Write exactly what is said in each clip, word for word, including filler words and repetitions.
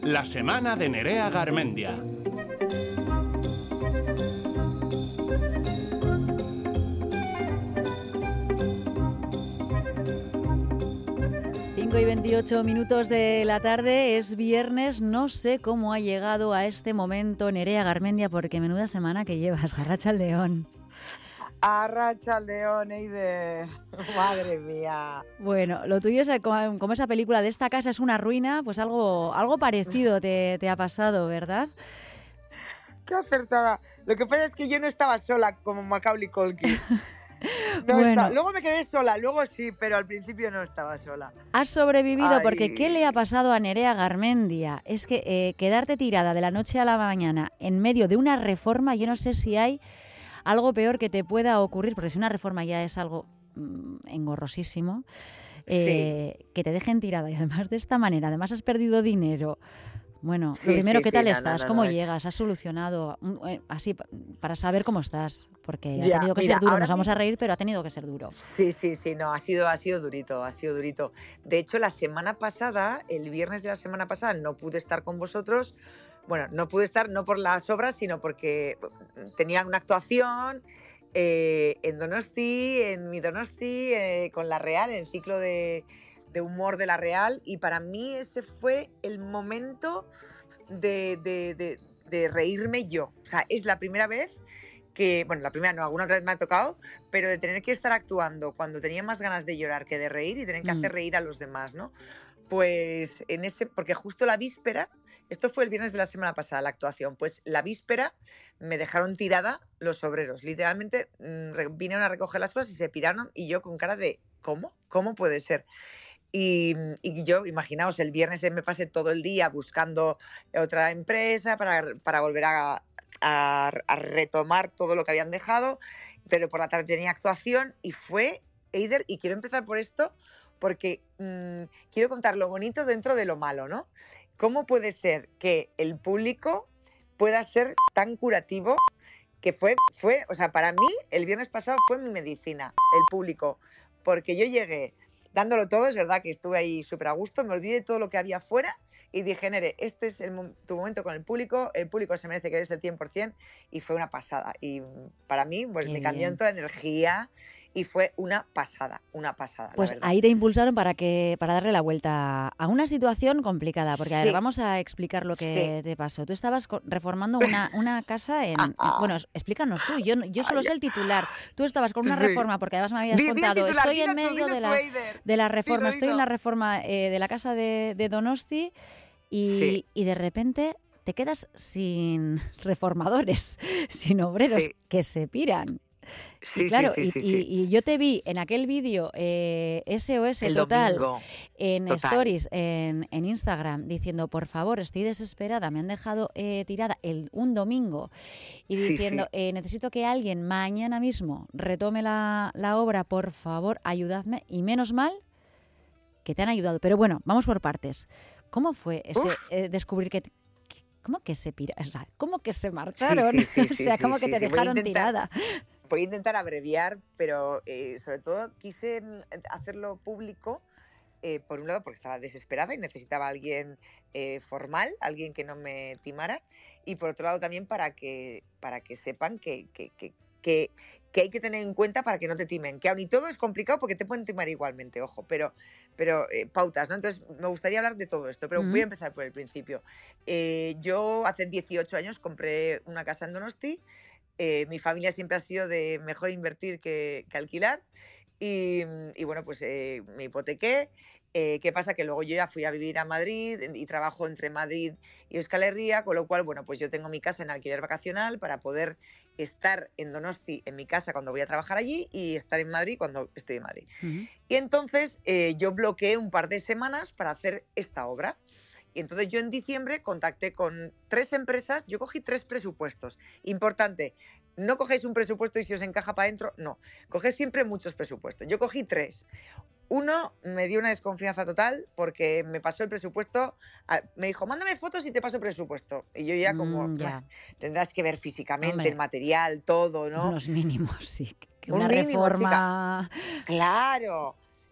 La semana de Nerea Garmendia. cinco y veintiocho minutos de la tarde, es viernes, no sé cómo ha llegado a este momento Nerea Garmendia, porque menuda semana que llevas, arratsaldeon. Arratsaldeon, Eider, madre mía. Bueno, lo tuyo es como, como esa película de esta casa es una ruina, pues algo, algo parecido te, te ha pasado, ¿verdad? Qué acertada. Lo que pasa es que yo no estaba sola como Macaulay Culkin. No bueno. Estaba. Luego me quedé sola, luego sí, pero al principio no estaba sola. Has sobrevivido. Ay. Porque ¿qué le ha pasado a Nerea Garmendia? Es que eh, quedarte tirada de la noche a la mañana en medio de una reforma, yo no sé si hay algo peor que te pueda ocurrir, porque si una reforma ya es algo mmm, engorrosísimo, eh, sí. Que te dejen tirada y además de esta manera, además has perdido dinero. Bueno, sí, lo primero, sí, ¿qué tal sí, estás? No, no, ¿Cómo no, llegas? ¿Has solucionado? Así, para saber cómo estás, porque ya, ha tenido que mira, ser duro, nos vamos mismo... a reír, pero ha tenido que ser duro. Sí, sí, sí, no, ha sido, ha sido durito, ha sido durito. De hecho, la semana pasada, el viernes de la semana pasada, no pude estar con vosotros. Bueno, no pude estar no por las obras, sino porque tenía una actuación eh, en Donosti, en mi Donosti, eh, con La Real, en el ciclo de... de humor de La Real, y para mí ese fue el momento de, de, de, de reírme yo. O sea, es la primera vez que, bueno, la primera no, alguna otra vez me ha tocado, pero de tener que estar actuando cuando tenía más ganas de llorar que de reír y tener que mm. hacer reír a los demás, ¿no? Pues en ese, porque justo la víspera, esto fue el viernes de la semana pasada, la actuación, pues la víspera me dejaron tirada los obreros, literalmente mmm, vinieron a recoger las cosas y se piraron y yo con cara de, ¿cómo? ¿Cómo puede ser? Y, y yo, imaginaos, el viernes me pasé todo el día buscando otra empresa para, para volver a, a, a retomar todo lo que habían dejado, pero por la tarde tenía actuación y fue, Eider, y quiero empezar por esto porque mmm, quiero contar lo bonito dentro de lo malo, ¿no? ¿Cómo puede ser que el público pueda ser tan curativo? Que fue, fue, o sea, para mí el viernes pasado fue mi medicina, el público, porque yo llegué dándolo todo, es verdad que estuve ahí súper a gusto, me olvidé de todo lo que había fuera y dije, Nere, este es el, tu momento con el público, el público se merece que des el cien por ciento y fue una pasada. Y para mí, pues Qué me cambió en toda la energía y fue una pasada, una pasada. Pues la verdad. Ahí te impulsaron para que para darle la vuelta a una situación complicada, porque sí. A ver, vamos a explicar lo que sí. te pasó. Tú estabas reformando una, una casa en, en... Bueno, explícanos tú, yo, yo solo sé el titular. Tú estabas con una sí. reforma, porque además me habías di, contado, di titular, estoy en medio tú, de, la, de la reforma, dilo, dilo. estoy en la reforma eh, de la casa de, de Donosti y, sí. y de repente te quedas sin reformadores, sin obreros sí. que se piran. Sí, y claro, sí, sí, y, sí, sí. Y, y yo te vi en aquel vídeo eh, S O S el total domingo. en total. Stories en, en Instagram diciendo, por favor, estoy desesperada, me han dejado eh, tirada el, un domingo y diciendo, sí, sí. Eh, necesito que alguien mañana mismo retome la, la obra, por favor, ayudadme. Y menos mal que te han ayudado. Pero bueno, vamos por partes. ¿Cómo fue ese eh, descubrir que... ¿Cómo que se pira? O sea, ¿cómo que se marcharon? Sí, sí, sí, sí, o sea, ¿cómo sí, que te sí, dejaron voy intentar, tirada? Voy a intentar abreviar, pero eh, sobre todo quise hacerlo público, eh, por un lado porque estaba desesperada y necesitaba a alguien eh, formal, alguien que no me timara, y por otro lado también para que, para que sepan que, que, que, que, que hay que tener en cuenta para que no te timen, que aun y todo es complicado porque te pueden timar igualmente, ojo, pero, pero eh, pautas, ¿no? Entonces me gustaría hablar de todo esto, pero mm-hmm. voy a empezar por el principio. Eh, yo hace dieciocho años compré una casa en Donosti. Eh, mi familia siempre ha sido de mejor invertir que, que alquilar y, y bueno, pues eh, me hipotequé. Eh, ¿Qué pasa? Que luego yo ya fui a vivir a Madrid y trabajo entre Madrid y Euskal Herria, con lo cual, bueno, pues yo tengo mi casa en alquiler vacacional para poder estar en Donosti, en mi casa, cuando voy a trabajar allí y estar en Madrid cuando estoy en Madrid. Uh-huh. Y entonces eh, yo bloqueé un par de semanas para hacer esta obra. Y entonces yo en diciembre contacté con tres empresas, yo cogí tres presupuestos. Importante, no cogéis un presupuesto y si os encaja para adentro, no. Cogéis siempre muchos presupuestos. Yo cogí tres. Uno me dio una desconfianza total porque me pasó el presupuesto, a, me dijo, mándame fotos y te paso el presupuesto. Y yo ya como, mm, ya. tendrás que ver físicamente, Hombre, el material, todo, ¿no? Unos mínimos, sí. Que Un una mínimo, reforma... chica. Claro.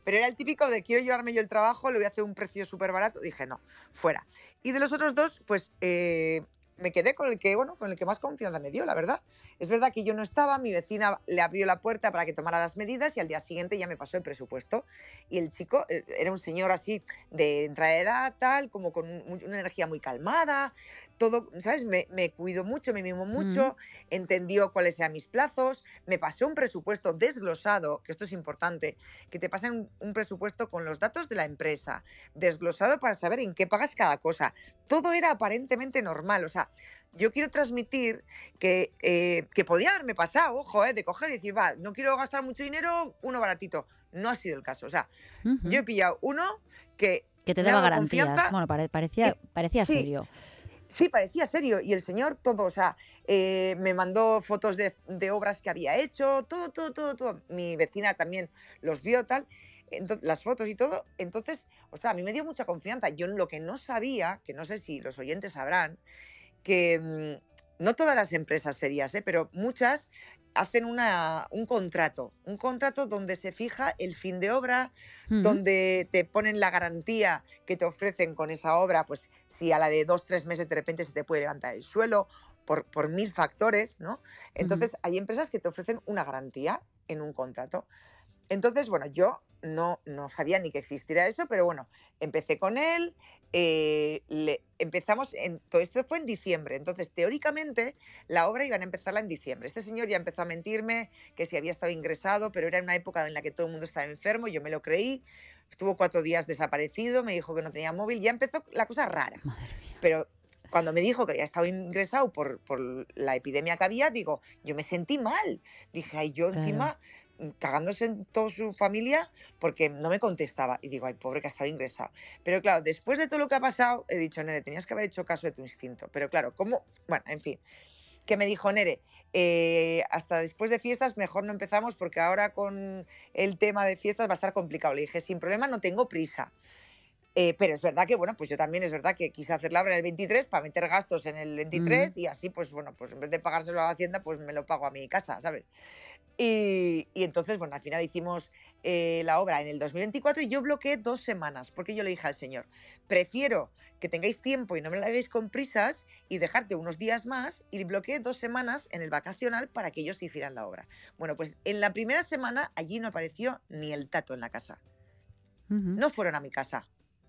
Pero era el típico de quiero llevarme yo el trabajo, le voy a hacer un precio súper barato. Dije, no, fuera. Y de los otros dos, pues eh, me quedé con el que, bueno, con el que más confianza me dio, la verdad. Es verdad que yo no estaba, mi vecina le abrió la puerta para que tomara las medidas y al día siguiente ya me pasó el presupuesto. Y el chico eh, era un señor así de entrada de edad, tal, como con un- una energía muy calmada, todo, ¿sabes? Me, me cuidó mucho, me mimó Mm, mucho, entendió cuáles eran mis plazos, me pasó un presupuesto desglosado, que esto es importante, que te pasen un, un presupuesto con los datos de la empresa, desglosado para saber en qué pagas cada cosa. Todo era aparentemente normal, o sea, yo quiero transmitir que, eh, que podía haberme pasado, ojo, eh, de coger y decir, va, no quiero gastar mucho dinero, uno baratito. No ha sido el caso, o sea, yo ujú. he pillado uno que Que te me ha daba dado garantías. confianza Bueno, pare- y parecía, parecía sí, serio. sí, parecía serio. Y el señor todo, o sea, eh, me mandó fotos de, de obras que había hecho, todo, todo, todo, todo. Mi vecina también los vio, tal, entonces, las fotos y todo. Entonces, o sea, a mí me dio mucha confianza. Yo lo que no sabía, que no sé si los oyentes sabrán, que mm, no todas las empresas serias, ¿eh? Pero muchas hacen una, un contrato, un contrato donde se fija el fin de obra, Mm, donde te ponen la garantía que te ofrecen con esa obra, pues si a la de dos, tres meses de repente se te puede levantar el suelo, por, por mil factores, ¿no? ujú. Entonces hay empresas que te ofrecen una garantía en un contrato. Entonces, bueno, yo no, no sabía ni que existiera eso, pero bueno, empecé con él, eh, le, empezamos, en, todo esto fue en diciembre, entonces teóricamente la obra iban a empezarla en diciembre. Este señor ya empezó a mentirme que si había estado ingresado, pero era una época en la que todo el mundo estaba enfermo, yo me lo creí, estuvo cuatro días desaparecido, me dijo que no tenía móvil, ya empezó la cosa rara, Madre mía. pero... Cuando me dijo que había estado ingresado por, por la epidemia que había, digo, yo me sentí mal. Dije, ay, yo Claro. encima mm, cagándose en toda su familia porque no me contestaba. Y digo, ay, pobre que ha estado ingresado. Pero claro, después de todo lo que ha pasado, he dicho, Nere, tenías que haber hecho caso de tu instinto. Pero claro, ¿cómo? Bueno, en fin, que me dijo, Nere, eh, hasta después de fiestas mejor no empezamos porque ahora con el tema de fiestas va a estar complicado. Le dije, sin problema, no tengo prisa. Eh, pero es verdad que, bueno, pues yo también es verdad que quise hacer la obra en el veintitrés para meter gastos en el Mm. veintitrés y así, pues bueno, pues en vez de pagárselo a Hacienda, pues me lo pago a mi casa, ¿sabes? Y, y entonces, bueno, al final hicimos eh, la obra en el dos mil veinticuatro y yo bloqueé dos semanas, porque yo le dije al señor, prefiero que tengáis tiempo y no me la hagáis con prisas y dejarte unos días más y bloqueé dos semanas en el vacacional para que ellos hicieran la obra. Bueno, pues en la primera semana allí no apareció ni el tato en la casa. Ujú. No fueron a mi casa.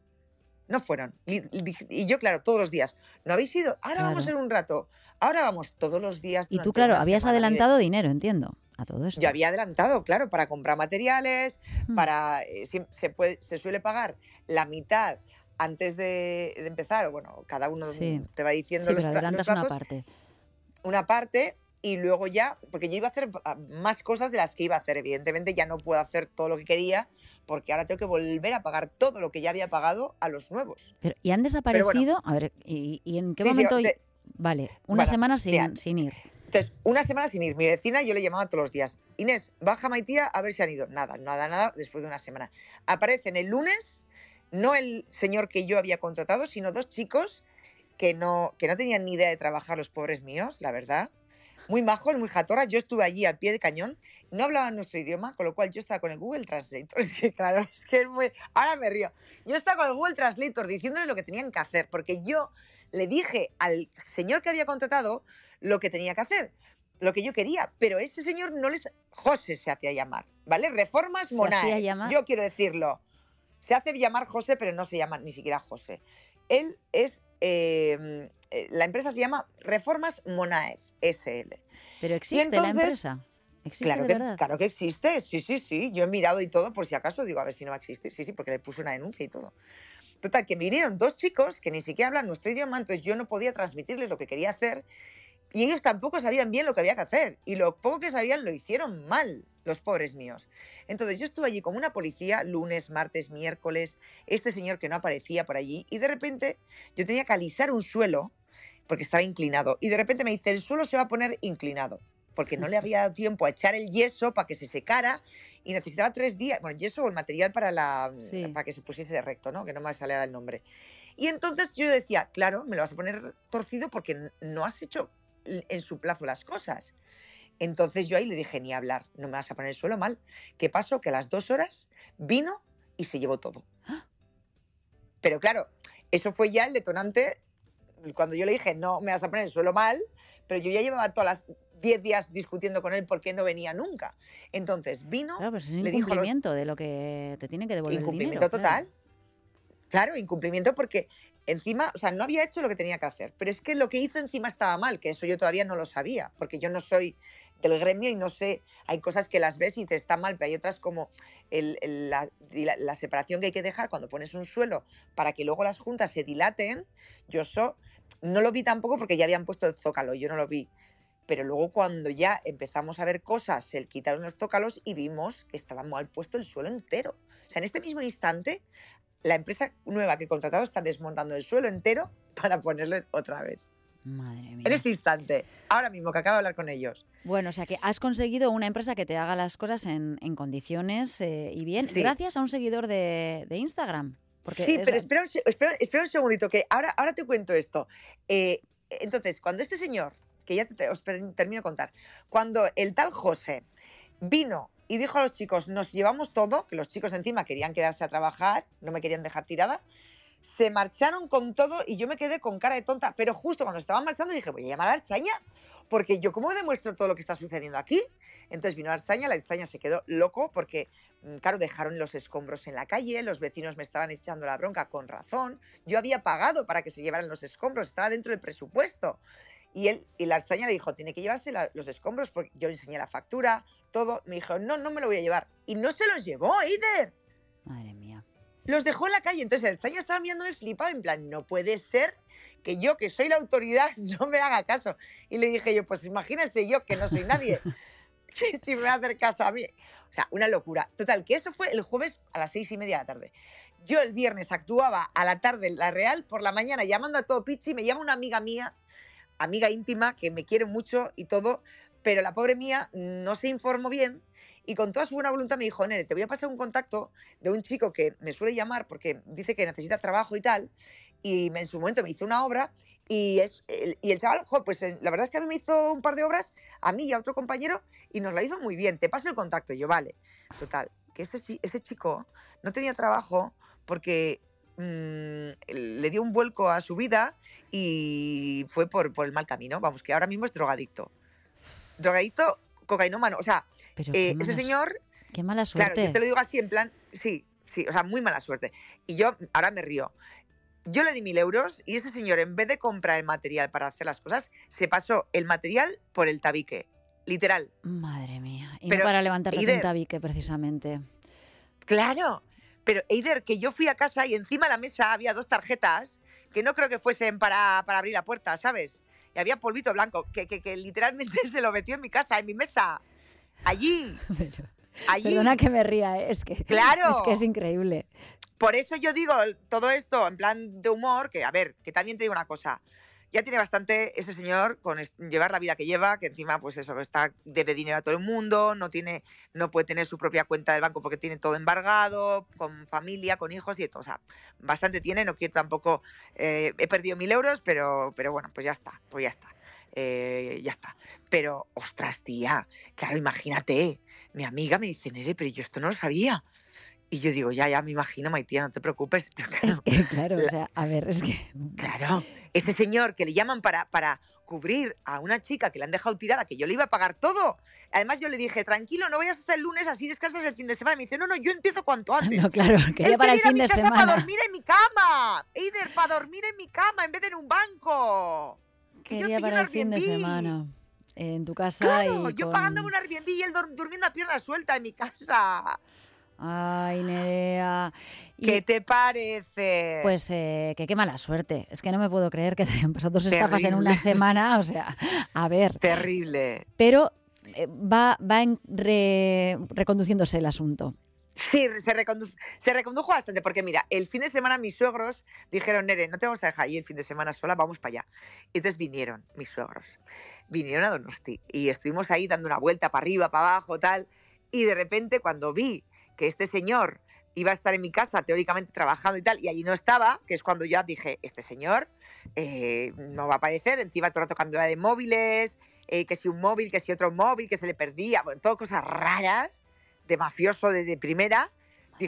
No fueron. Y, y- y yo, claro, todos los días. ¿No habéis ido? Ahora vamos Claro. en un rato. Ahora vamos todos los días Y tú, durante claro, una habías semana. Mire, adelantado dinero, entiendo, a todo yo esto. había adelantado, claro, para comprar materiales, Mm. para eh, siem- se, puede, se suele pagar la mitad antes de, de empezar, o bueno, cada uno Sí, mm, te va diciendo sí, los, pero tra- los adelantas una plazos, parte. una parte y luego ya, porque yo iba a hacer ah, más cosas de las que iba a hacer, evidentemente ya no puedo hacer todo lo que quería, porque ahora tengo que volver a pagar todo lo que ya había pagado a los nuevos. Pero, ¿y han Pero bueno, desaparecido? A ver, ¿y, y en qué sí, sí, momento? y- te- Vale, una bueno, semana mira, sin, sin ir. entonces, una semana sin ir. Mi vecina yo le llamaba todos los días. Inés, baja Maitía a ver si han ido. Nada, nada, nada, después de una semana. Aparecen el lunes, no el señor que yo había contratado, sino dos chicos que no, que no tenían ni idea de trabajar, los pobres míos, la verdad. Muy majos, muy jatorras. Yo estuve allí al pie de cañón. No hablaban nuestro idioma, con lo cual yo estaba con el Google Translator. Es que, claro, es que es muy... Ahora me río. Yo estaba con el Google Translator diciéndoles lo que tenían que hacer, porque yo le dije al señor que había contratado lo que tenía que hacer, lo que yo quería, pero ese señor no les... José se hacía llamar, ¿vale? Reformas Se hacía Monaes, llamar. yo quiero decirlo. Se hace llamar José, pero no se llama ni siquiera José. Él es... eh, eh, la empresa se llama Reformas Monaes, S L. Pero Y existe la entonces, empresa. ¿Existe claro de que, verdad? claro que existe, sí, sí, sí. Yo he mirado y todo, por si acaso, digo, a ver si no va a existir. Sí, sí, porque le puse una denuncia y todo. Total, que vinieron dos chicos que ni siquiera hablan nuestro idioma, entonces yo no podía transmitirles lo que quería hacer y ellos tampoco sabían bien lo que había que hacer. Y lo poco que sabían lo hicieron mal, los pobres míos. Entonces yo estuve allí como una policía, lunes, martes, miércoles, este señor que no aparecía por allí, y de repente yo tenía que alisar un suelo porque estaba inclinado. Y de repente me dice, el suelo se va a poner inclinado, porque no le había dado tiempo a echar el yeso para que se secara y necesitaba tres días, bueno, yeso o el material para, la, Sí. para que se pusiese recto, ¿no? Que no me sale ahora el nombre. Y entonces yo decía, claro, me lo vas a poner torcido porque no has hecho en su plazo las cosas. Entonces yo ahí le dije, ni hablar, no me vas a poner el suelo mal. ¿Qué pasó? Que a las dos horas vino y se llevó todo. Pero claro, eso fue ya el detonante cuando yo le dije, no me vas a poner el suelo mal, pero yo ya llevaba todas las diez días discutiendo con él porque no venía nunca. Entonces vino, claro, pues es un le dijo... incumplimiento los... de lo que te tienen que devolver Incumplimiento el dinero, total. Claro. claro, incumplimiento porque encima, o sea, no había hecho lo que tenía que hacer. Pero es que lo que hizo encima estaba mal, que eso yo todavía no lo sabía, porque yo no soy del gremio y no sé, hay cosas que las ves y te está mal, pero hay otras como el, el, la, la, la separación que hay que dejar cuando pones un suelo para que luego las juntas se dilaten. Yo eso no lo vi tampoco porque ya habían puesto el zócalo, yo no lo vi. Pero luego cuando ya empezamos a ver cosas, se quitaron los zócalos y vimos que estaba mal puesto el suelo entero. O sea, en este mismo instante, la empresa nueva que he contratado está desmontando el suelo entero para ponerlo otra vez. Madre mía. En este instante, ahora mismo que acabo de hablar con ellos. Bueno, o sea que has conseguido una empresa que te haga las cosas en, en condiciones eh, y bien, sí. gracias a un seguidor de, de Instagram. Porque sí, es... pero espera un, espera, espera un segundito, que ahora, ahora te cuento esto. Eh, entonces, cuando este señor, que ya te, os termino de contar, cuando el tal José vino y dijo a los chicos, nos llevamos todo, que los chicos encima querían quedarse a trabajar, no me querían dejar tirada, se marcharon con todo y yo me quedé con cara de tonta. Pero justo cuando estaban marchando dije, voy a llamar a Archaña, porque yo cómo demuestro todo lo que está sucediendo aquí. Entonces vino Archaña, la Archaña se quedó loco porque, claro, dejaron los escombros en la calle, los vecinos me estaban echando la bronca con razón. Yo había pagado para que se llevaran los escombros, estaba dentro del presupuesto. Y él y la Archaña le dijo, tiene que llevarse la, los escombros, porque yo le enseñé la factura, todo. Me dijo, no, no me lo voy a llevar. Y no se los llevó, Eider. Madre mía. Los dejó en la calle. Entonces el Archaña estaba mirándome flipado, en plan, no puede ser que yo, que soy la autoridad, no me haga caso. Y le dije yo, pues imagínese yo, que no soy nadie, que si me va a hacer caso a mí. O sea, una locura. Total, que eso fue el jueves a las seis y media de la tarde. Yo el viernes actuaba a la tarde en La Real, por la mañana llamando a todo Pichi, me llama una amiga mía, amiga íntima, que me quiere mucho y todo, pero la pobre mía no se informó bien y con toda su buena voluntad me dijo, Nere, te voy a pasar un contacto de un chico que me suele llamar porque dice que necesita trabajo y tal, y en su momento me hizo una obra y, es, el, y el chaval, jo, pues la verdad es que a mí me hizo un par de obras, a mí y a otro compañero, y nos la hizo muy bien, te paso el contacto. Y yo, vale. Total, que ese, ese chico no tenía trabajo porque mmm, le dio un vuelco a su vida y fue por, por el mal camino. Vamos, que ahora mismo es drogadicto. Drogadicto, cocainómano. O sea, eh, ese señor... Qué mala suerte. Claro, yo te lo digo así en plan... Sí, sí, o sea, muy mala suerte. Y yo ahora me río. Yo le di mil euros y ese señor, en vez de comprar el material para hacer las cosas, se pasó el material por el tabique. Literal. Madre mía. Y pero, no para levantarte Eider, un tabique, precisamente. Claro. Pero, Eider, que yo fui a casa y encima de la mesa había dos tarjetas que no creo que fuesen para, para abrir la puerta, ¿sabes? Y había polvito blanco que, que, que literalmente se lo metió en mi casa, en mi mesa. Allí. Pero, allí. Perdona que me ría, ¿eh? es que, claro. es que es increíble. Por eso yo digo todo esto en plan de humor, que a ver, que también te digo una cosa, ya tiene bastante ese señor con llevar la vida que lleva, que encima pues eso, está, debe dinero a todo el mundo, no tiene, no puede tener su propia cuenta del banco porque tiene todo embargado, con familia, con hijos y todo, o sea, bastante tiene, no quiero tampoco, eh, he perdido mil euros, pero, pero bueno, pues ya está, pues ya está. Eh, ya está. Pero, ostras, tía, claro, imagínate, mi amiga me dice, Nere, pero yo esto no lo sabía. Y yo digo, ya, ya, me imagino, Maitía, no te preocupes. Pero claro, es que, claro, la, o sea, a ver, es que... Claro, ese señor que le llaman para, para cubrir a una chica que le han dejado tirada, que yo le iba a pagar todo. Además, yo le dije, tranquilo, no vayas hasta el lunes, así descansas el fin de semana. Y me dice, no, no, yo empiezo cuanto antes. No, claro, quería Él para el fin de semana. Para dormir en mi cama. Eider, para dormir en mi cama en vez de en un banco. Quería para el fin de semana. En tu casa claro, y yo con... pagándome un Airbnb y él durmiendo a pierna suelta en mi casa. Ay, Nerea. Y, ¿Qué te parece? Pues eh, que qué mala suerte. Es que no me puedo creer que te hayan pasado dos Terrible. estafas en una semana. O sea, a ver. Terrible. Pero eh, va, va en re, reconduciéndose el asunto. Sí, se, recondu se recondujo bastante, porque mira, el fin de semana mis suegros dijeron, Nere, no te vamos a dejar ahí el fin de semana sola, vamos para allá. Y entonces vinieron mis suegros, vinieron a Donosti y estuvimos ahí dando una vuelta para arriba, para abajo, tal, y de repente cuando vi que este señor iba a estar en mi casa teóricamente trabajando y tal, y allí no estaba, que es cuando ya dije, este señor eh, no va a aparecer, encima todo el rato cambiaba de móviles, eh, que si un móvil, que si otro móvil, que se le perdía, bueno, todo cosas raras, de mafioso de, de primera, dije,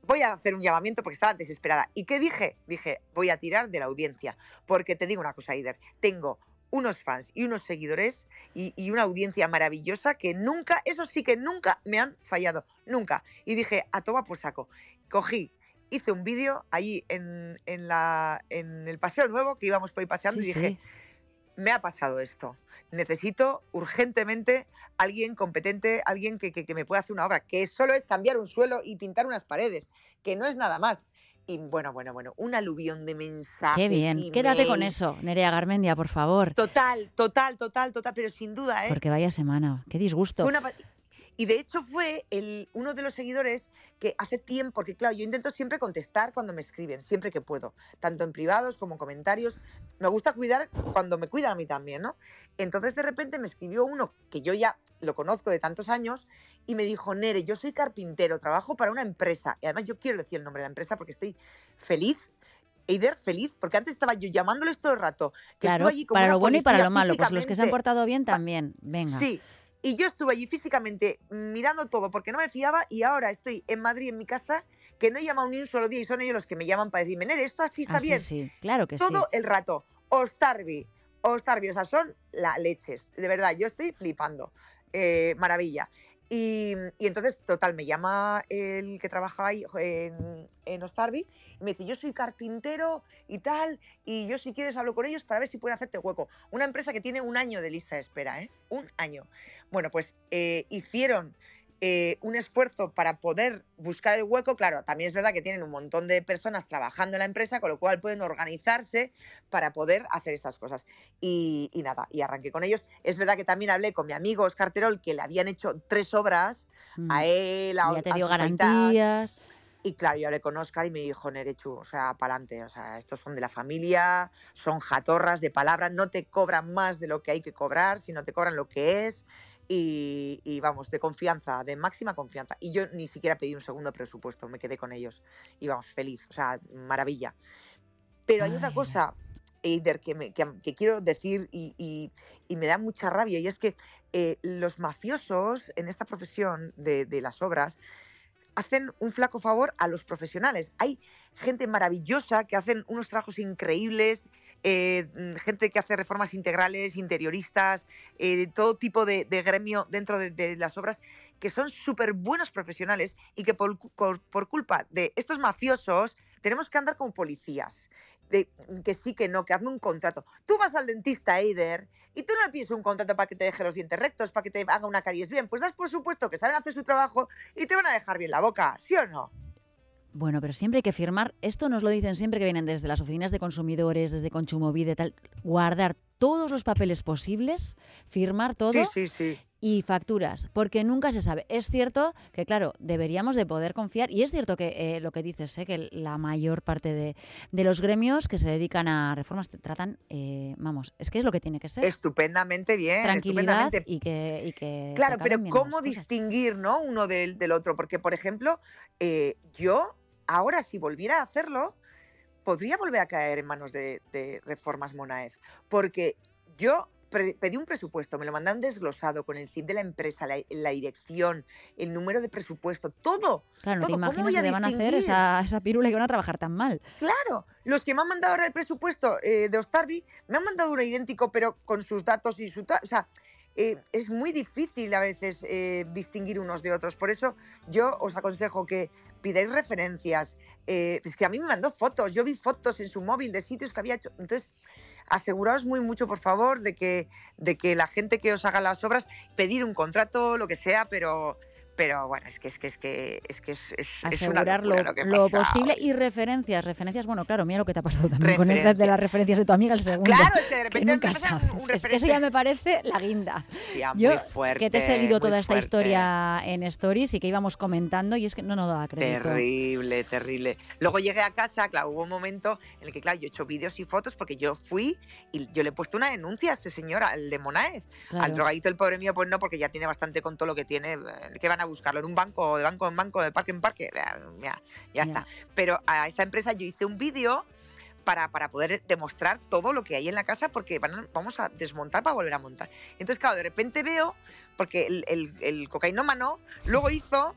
voy a hacer un llamamiento porque estaba desesperada. ¿Y qué dije? Dije, voy a tirar de la audiencia. Porque te digo una cosa, Eider, tengo unos fans y unos seguidores y, y una audiencia maravillosa que nunca, eso sí que nunca me han fallado, nunca. Y dije, a tomar por saco. Cogí, hice un vídeo allí en, en, la, en el Paseo Nuevo, que íbamos por ahí paseando, sí, y dije, sí. me ha pasado esto. Necesito urgentemente alguien competente, alguien que, que, que me pueda hacer una obra, que solo es cambiar un suelo y pintar unas paredes, que no es nada más. Y bueno, bueno, bueno, un aluvión de mensajes. Qué bien, quédate con eso, Nerea Garmendia, por favor. Total, total, total, total, pero sin duda, ¿eh? Porque vaya semana, qué disgusto. Una... Y de hecho fue el, uno de los seguidores que hace tiempo, porque claro, yo intento siempre contestar cuando me escriben, siempre que puedo, tanto en privados como en comentarios. Me gusta cuidar cuando me cuidan a mí también, ¿no? Entonces de repente me escribió uno que yo ya lo conozco de tantos años y me dijo, Nere, yo soy carpintero, trabajo para una empresa. Y además yo quiero decir el nombre de la empresa porque estoy feliz. Eider, feliz, porque antes estaba yo llamándoles todo el rato. Que claro, allí como para lo bueno y para lo malo, pues los que se han portado bien también, venga. Sí. Y yo estuve allí físicamente mirando todo porque no me fiaba y ahora estoy en Madrid, en mi casa, que no he llamado ni un solo día y son ellos los que me llaman para decirme, Nere, esto así está ah, bien. Sí, sí, claro que todo sí. Todo el rato. Ostarbi, Ostarbi, o sea, son las leches. De verdad, yo estoy flipando. Eh, maravilla. Y, y entonces, total, me llama el que trabaja ahí en, en Ostarbi y me dice, yo soy carpintero y tal, y yo si quieres hablo con ellos para ver si pueden hacerte hueco. Una empresa que tiene un año de lista de espera, ¿eh? Un año. Bueno, pues eh, hicieron eh, un esfuerzo para poder buscar el hueco. Claro, también es verdad que tienen un montón de personas trabajando en la empresa, con lo cual pueden organizarse para poder hacer estas cosas. Y, y nada, y arranqué con ellos. Es verdad que también hablé con mi amigo Óscar Terol, que le habían hecho tres obras mm. a él, a, ya te dio a garantías. Y claro, yo hablé con Óscar y me dijo, Nerechu, o sea, pa'lante, o sea, estos son de la familia, son jatorras de palabras, no te cobran más de lo que hay que cobrar, sino te cobran lo que es. Y, y vamos, de confianza, de máxima confianza. Y yo ni siquiera pedí un segundo presupuesto, me quedé con ellos. Y vamos, feliz, o sea, maravilla. Pero hay Ay. otra cosa, Eider, que, me, que, que quiero decir y, y, y me da mucha rabia, y es que eh, los mafiosos en esta profesión de, de las obras hacen un flaco favor a los profesionales. Hay gente maravillosa que hacen unos trabajos increíbles, eh, gente que hace reformas integrales, interioristas, eh, todo tipo de, de gremio dentro de, de las obras, que son súper buenos profesionales y que por, por, por culpa de estos mafiosos tenemos que andar como policías. De, que sí, que no, que hazme un contrato. Tú vas al dentista, Eider, y tú no le pides un contrato para que te deje los dientes rectos, para que te haga una caries bien. Pues das por supuesto que saben hacer su trabajo y te van a dejar bien la boca, ¿sí o no? Bueno, pero siempre hay que firmar, esto nos lo dicen siempre que vienen desde las oficinas de consumidores, desde Kontsumobide, tal, guardar todos los papeles posibles, firmar todo. Sí, sí, sí. Y facturas, porque nunca se sabe. Es cierto que, claro, deberíamos de poder confiar, y es cierto que eh, lo que dices, eh, que la mayor parte de, de los gremios que se dedican a reformas tratan, eh, vamos, es que es lo que tiene que ser. Estupendamente bien. Tranquilidad estupendamente. y que, y que Claro, pero ¿cómo distinguir, ¿no? uno del, del otro? Porque, por ejemplo, eh, yo ahora si volviera a hacerlo, podría volver a caer en manos de, de Reformas Monaez, porque yo pedí un presupuesto, me lo mandaron desglosado con el C I F de la empresa, la, la dirección, el número de presupuesto, todo. Claro, no todo. te imaginas que te van a hacer esa, esa pirula y que van a trabajar tan mal. Claro, los que me han mandado ahora el presupuesto eh, de Ostarbi, me han mandado uno idéntico, pero con sus datos y su... O sea, eh, es muy difícil a veces eh, distinguir unos de otros. Por eso yo os aconsejo que pidáis referencias. Eh, es que a mí me mandó fotos, yo vi fotos en su móvil de sitios que había hecho. Entonces, aseguraos muy mucho, por favor, de que, de que la gente que os haga las obras, pedir un contrato, lo que sea, pero... Pero bueno, es que es que es que es que es, es, asegurar es una lo, lo, lo posible y referencias, referencias, bueno, claro, mira lo que te ha pasado también con el de las referencias de tu amiga el segundo. Claro, es que de repente que nunca sabes. Un es que eso ya me parece la guinda. Ya, Yo muy fuerte, que te he seguido toda esta fuerte. historia en Stories y que íbamos comentando y es que no nos daba crédito. Terrible, terrible. Luego llegué a casa, claro, hubo un momento en el que, claro, yo he hecho vídeos y fotos porque yo fui y yo le he puesto una denuncia a este señor, al de Monaez. Claro. Al drogadito, el pobre mío, pues no, porque ya tiene bastante con todo lo que tiene. ¿Qué van a buscarlo? ¿En un banco? De banco en banco, de parque en parque, ya, ya, ya está. Pero a esta empresa yo hice un vídeo para, para poder demostrar todo lo que hay en la casa porque van a, vamos a desmontar para volver a montar. Entonces, claro, de repente veo, porque el, el, el cocainómano luego hizo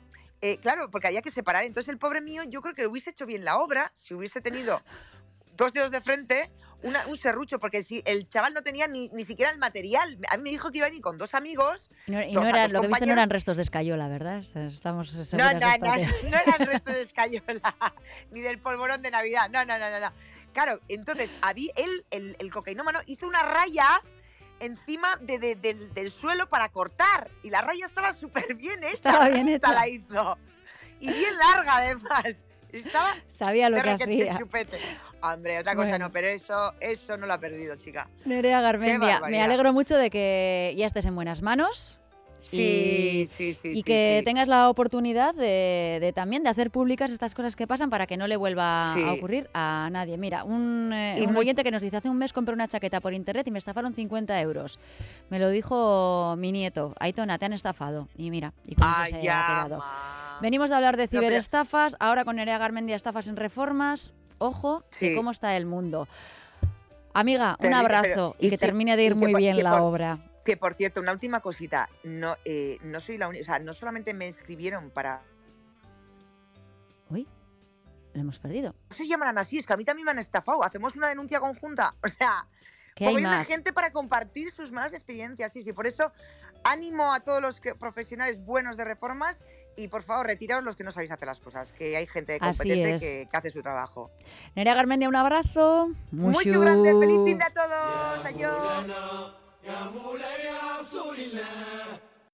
eh, claro, porque había que separar. Entonces el pobre mío, yo creo que hubiese hecho bien la obra si hubiese tenido dos dedos de frente, una, un serrucho, porque si el chaval no tenía ni, ni siquiera el material. A mí me dijo que iba a ir con dos amigos. Y no, y dos, no era, lo que viste no eran compañeros. restos de escayola, ¿verdad? Estamos No, seguras no, de esta no, que- no eran restos de escayola, ni del polvorón de Navidad. No, no, no, no. no. Claro, entonces, había, él, el, el cocainómano, hizo una raya encima de, de- del, del suelo para cortar. Y la raya estaba súper bien hecha. Estaba bien recta hecha. la hizo. Y bien larga, además. Estaba Sabía lo de que requete hacía. chupete. Hombre, otra cosa Bueno. no, pero eso, eso no lo ha perdido, chica. Nerea Garmendia, me barbaridad. alegro mucho de que ya estés en buenas manos. Sí, y, sí, sí. y sí, que sí. tengas la oportunidad de, de también de hacer públicas estas cosas que pasan para que no le vuelva Sí. a ocurrir a nadie. Mira, un, eh, Y un muy- oyente que nos dice, hace un mes compré una chaqueta por internet y me estafaron cincuenta euros. Me lo dijo mi nieto, Aitona, te han estafado. Y mira, y con eso Ay, se ha ya, quedado. ma. Venimos de hablar de No, pero- ciberestafas, ahora con Nerea Garmendia estafas en reformas. Ojo, de Sí. cómo está el mundo. Amiga, un Terrible, abrazo pero- y y que que- termine de y ir que muy por- bien que la por- obra. Que por cierto, una última cosita, no, eh, no soy la única, o sea, no solamente me escribieron para, Uy, lo hemos perdido. no se llamarán así, es que a mí también me han estafado, hacemos una denuncia conjunta, o sea, ¿Qué hay mogollón de más? gente para compartir sus malas experiencias, sí, sí, por eso ánimo a todos los que, profesionales buenos de reformas y por favor retiraos los que no sabéis hacer las cosas, que hay gente Así competente es. que, que hace su trabajo. Nerea Garmendia, un abrazo. Muy Mushu. grande, feliz fin de a todos, adiós. يا مولاي يا رسول الله